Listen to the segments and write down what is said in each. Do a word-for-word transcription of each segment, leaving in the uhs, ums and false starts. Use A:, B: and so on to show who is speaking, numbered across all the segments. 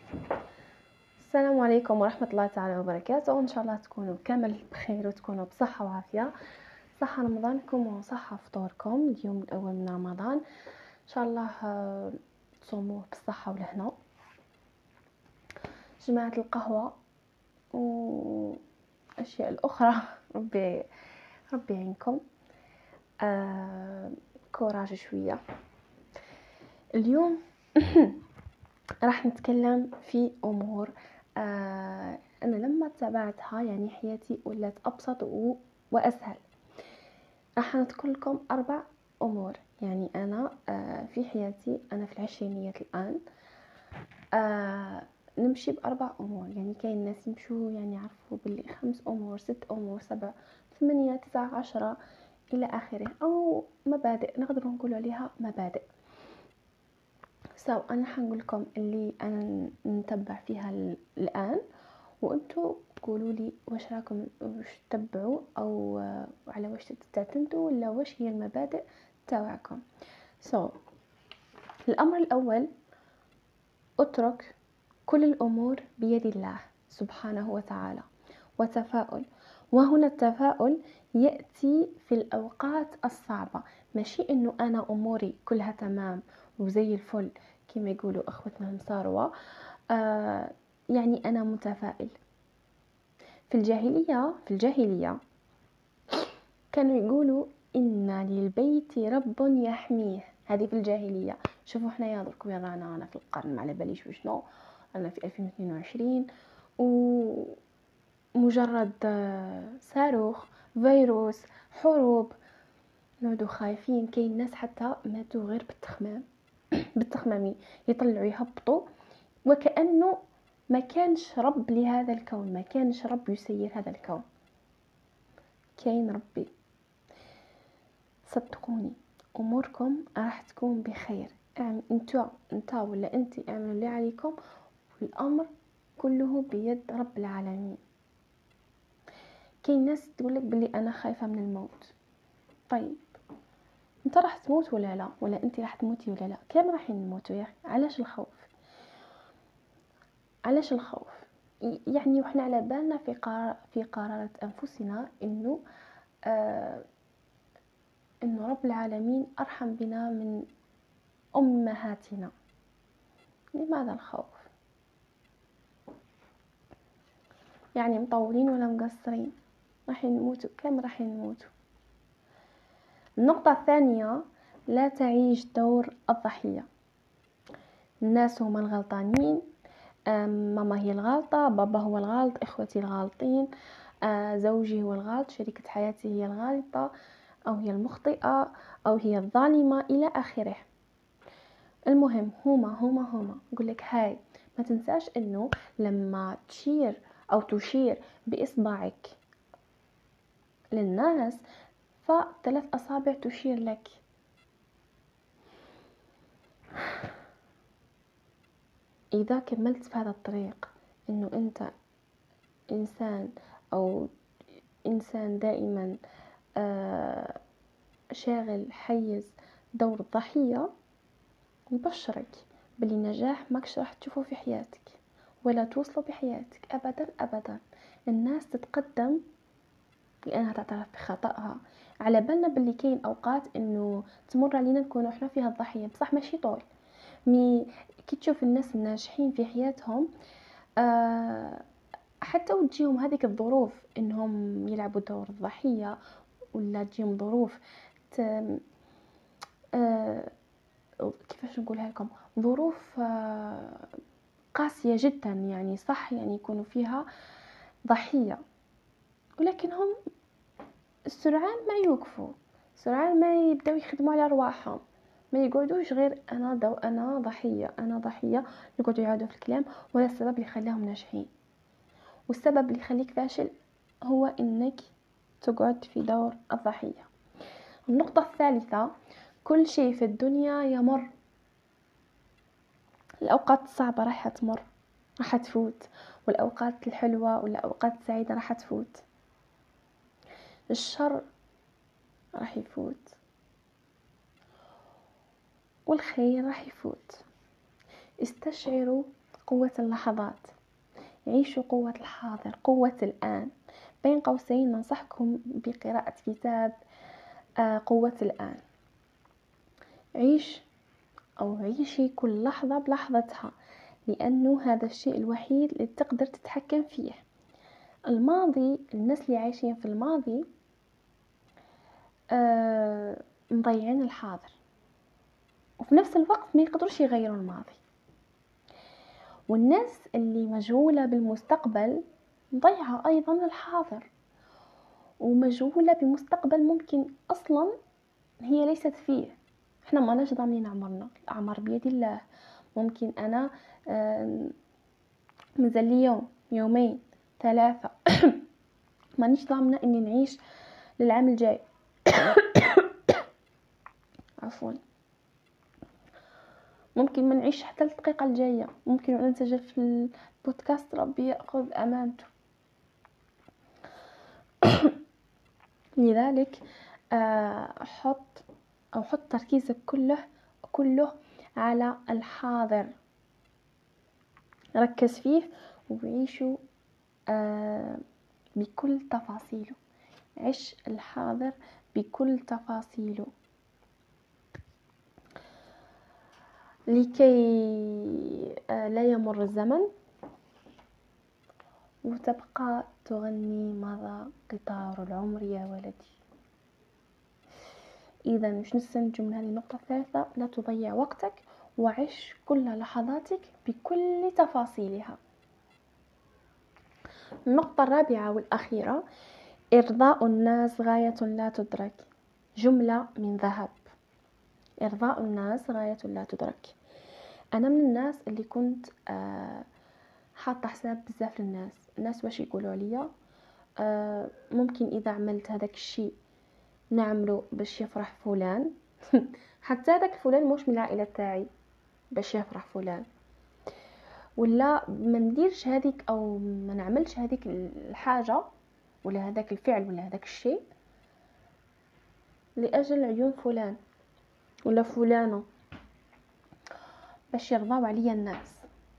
A: السلام عليكم ورحمة الله تعالى وبركاته. وإن شاء الله تكونوا كامل بخير وتكونوا بصحة وعافية. صحة رمضانكم وصحة فطوركم. اليوم الأول من رمضان إن شاء الله تصوموه بالصحة والهنا. جماعة القهوة وأشياء الأخرى ربي ربي يعينكم. آه كوراج شوية. اليوم راح نتكلم في أمور آه أنا لما تابعتها يعني حياتي ولات أبسط وأسهل. راح نذكر لكم أربع أمور. يعني أنا آه في حياتي أنا في العشرينيات الآن آه نمشي بأربع أمور. يعني كاين ناس يمشوا يعني يعرفوا باللي خمس أمور ست أمور سبع ثمانية تسعة عشرة إلى آخره، أو مبادئ نقدر نقول عليها مبادئ. سو انا حنقول لكم اللي انا نتبع فيها الان، وانتم تقولوا لي واش راكم واش تتبعوا او على واش تعتمدوا ولا واش هي المبادئ تاعكم. سو so, الامر الاول، اترك كل الامور بيد الله سبحانه وتعالى. وتفاؤل، وهنا التفاؤل يأتي في الأوقات الصعبة، ماشي إنه أنا أموري كلها تمام وزي الفل كما يقولوا أخوتنا المصاروة. آه يعني أنا متفائل. في الجاهلية في الجاهلية كانوا يقولوا إن للبيت رب يحميه. هذه في الجاهلية. شوفوا احنا يا درك رانا أنا في القرن ما على باليش وشنو، أنا في ألفين واثنين وعشرين و مجرد صاروخ فيروس حروب نودو خايفين. كاين ناس حتى ماتوا غير بالتخمام بالتخمامي يطلعوا يهبطوا، وكأنه ما كانش رب لهذا الكون، ما كانش رب يسير هذا الكون. كاين ربي. صدقوني اموركم راح تكون بخير. انتوا انت ولا انت اعملوا اللي عليكم، والامر كله بيد رب العالمين. كاين ناس تقولك بلي انا خايفه من الموت. طيب انت راح تموت ولا لا؟ ولا انت راح تموتي ولا لا؟ كم راح نموتوا يا اخي؟ علاش الخوف؟ علاش الخوف؟ يعني وحنا على بالنا في قرار في قرارة انفسنا انه آه انه رب العالمين ارحم بنا من امهاتنا. لماذا الخوف؟ يعني مطولين ولا مقصرين؟ راح نموتوا. كم راح نموتوا؟ النقطة الثانية، لا تعيش دور الضحية. الناس هما الغلطانين، ماما هي الغلطة، بابا هو الغلط، اخوتي الغالطين، زوجي هو الغلط، شريكة حياتي هي الغلطة او هي المخطئة او هي الظالمة الى اخره. المهم هما هما هما نقولك هاي ما تنساش انه لما تشير او تشير باصبعك للناس فثلاث اصابع تشير لك. إذا كملت في هذا الطريق إنه أنت إنسان أو إنسان دائما آه شاغل حيز دور الضحية، نبشرك بلي النجاح ماكش راح تشوفه في حياتك ولا توصله بحياتك أبدا أبدا. الناس تتقدم لأنها تعترف بخطأها. على بالنا بلي كاين أوقات إنه تمر علينا نكون إحنا فيها الضحية، بصح ماشي طول. مي كي تشوف الناس الناجحين في حياتهم أه حتى وتجيهم هذيك الظروف انهم يلعبوا دور الضحية، ولا تجيهم ظروف أه كيفاش نقولها لكم، ظروف أه قاسية جدا. يعني صح يعني يكونوا فيها ضحية، ولكن هم سرعان ما يوقفوا، سرعان ما يبداو يخدموا على ارواحهم، ما يقعدوش غير انا دو انا ضحيه انا ضحيه يقعدوا يعادوا في الكلام. ولا السبب اللي خلاهم ناجحين، والسبب اللي يخليك فاشل هو انك تقعد في دور الضحيه. النقطه الثالثه، كل شيء في الدنيا يمر. الاوقات الصعبه راح تمر، راح تفوت، والاوقات الحلوه والاوقات السعيده راح تفوت. الشر راح يفوت والخير راح يفوت. استشعروا قوة اللحظات، عيشوا قوة الحاضر، قوة الآن. بين قوسين ننصحكم بقراءة كتاب قوة الآن. عيش أو عيشي كل لحظة بلحظتها، لأنه هذا الشيء الوحيد اللي تقدر تتحكم فيه. الماضي، الناس اللي عايشين في الماضي آه مضيعين الحاضر، وفي نفس الوقت ما يقدروش يغيروا الماضي. والناس اللي مشغولة بالمستقبل مضيعة أيضا الحاضر، ومشغولة بمستقبل ممكن أصلا هي ليست فيه. احنا ما ناش ضامنين عمرنا، الأعمار بيد الله. ممكن أنا مازال لي يوم، يومين، ثلاثة مانيش ضامنة إني نعيش للعام الجاي. عفوا، ممكن ما نعيش حتى الدقيقة الجاية، ممكن أن نسجل في البودكاست ربي يأخذ أمانته. لذلك حط أو حط تركيزك كله كله على الحاضر، ركز فيه وعيشه بكل تفاصيله. عيش الحاضر بكل تفاصيله لكي لا يمر الزمن وتبقى تغني مضى قطار العمر يا ولدي. إذا مش نستنتج من هذه النقطة الثالثة: لا تضيع وقتك وعيش كل لحظاتك بكل تفاصيلها. النقطة الرابعة والأخيرة: إرضاء الناس غاية لا تدرك. جملة من ذهب: إرضاء الناس غاية لا تدرك. أنا من الناس اللي كنت آه حاطة حساب بزاف للناس، الناس واش يقولوا عليا. آه ممكن إذا عملت هذاك الشيء نعمله باش يفرح فلان حتى هذاك فلان مش من العائلة تاعي، باش يفرح فلان، ولا ما نديرش هذيك او ما نعملش هذيك الحاجة ولا هذاك الفعل ولا هذاك الشيء لأجل عيون فلان ولا فلانة، باش يرضاو عليا الناس.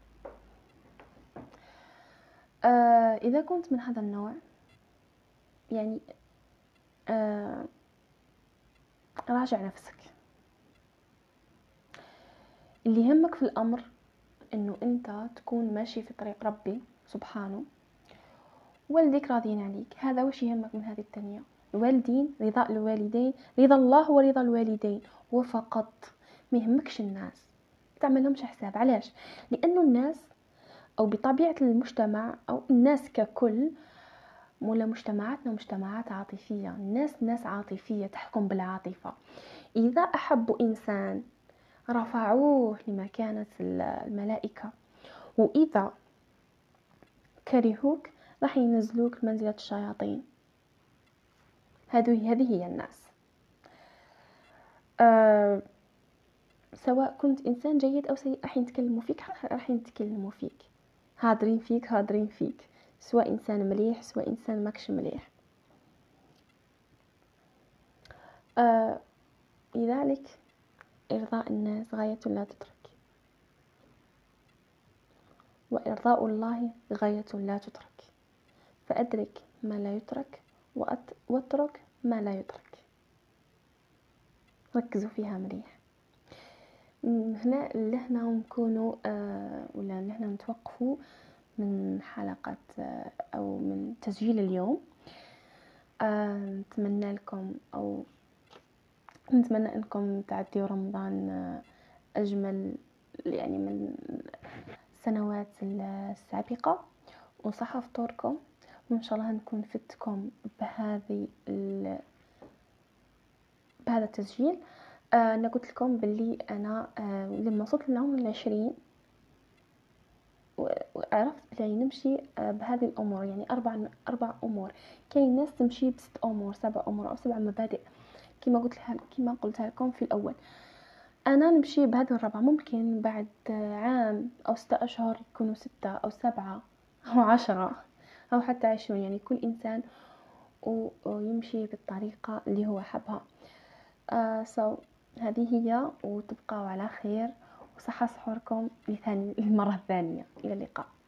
A: آه إذا كنت من هذا النوع، يعني آه راجع نفسك. اللي يهمك في الأمر إنه أنت تكون ماشي في طريق ربي سبحانه، والديك راضيين عليك، هذا وش يهمك من هذه الدنيا. الوالدين، رضاء الوالدين، رضا الله ورضا الوالدين، وفقط. ما يهمكش الناس، تعملهمش حساب. علاش؟ لأنه الناس أو بطبيعة المجتمع أو الناس ككل، مولا مجتمعاتنا مجتمعات عاطفية، الناس ناس عاطفية تحكم بالعاطفة. إذا أحبوا إنسان رفعوه لمكانة الملائكة، وإذا كرهوك راح ينزلوك منزلة الشياطين. هذه هذه هي الناس. أه سواء كنت إنسان جيد أو سيء راح يتكلموا فيك، راح يتكلموا فيك، هادرين فيك هادرين فيك، سواء إنسان مليح سواء إنسان ماكش مليح. أه لذلك إرضاء الناس غاية لا تدرك، وإرضاء الله غاية لا تدرك. فأدرك ما لا يترك واترك ما لا يترك. ركزوا فيها مليح. هنا لهنا نكونوا آه ولا لهنا نتوقفوا من حلقة آه أو من تسجيل اليوم. آه نتمنى لكم أو نتمنى أنكم تعديوا رمضان آه أجمل يعني من السنوات السابقة، وصحة فطوركم، وإن شاء الله نكون فتكم بهذه بهذا التسجيل. آه أنا قلت لكم باللي أنا آه لما وصلت للعمر العشرين وعرفت بلي نمشي آه بهذه الأمور، يعني أربع أربع أمور. كاين ناس تمشي بست أمور، سبع أمور أو سبع مبادئ كما قلت لها كما قلتها لكم في الأول. أنا نمشي بهذه الربع، ممكن بعد عام أو ستة أشهر يكونوا ستة أو سبعة أو عشرة أو حتى عشرين، يعني كل إنسان ويمشي بالطريقة اللي هو حبها. آه so هذه هي، وتبقوا على خير وصحة سحوركم لثاني المرة الثانية. إلى اللقاء.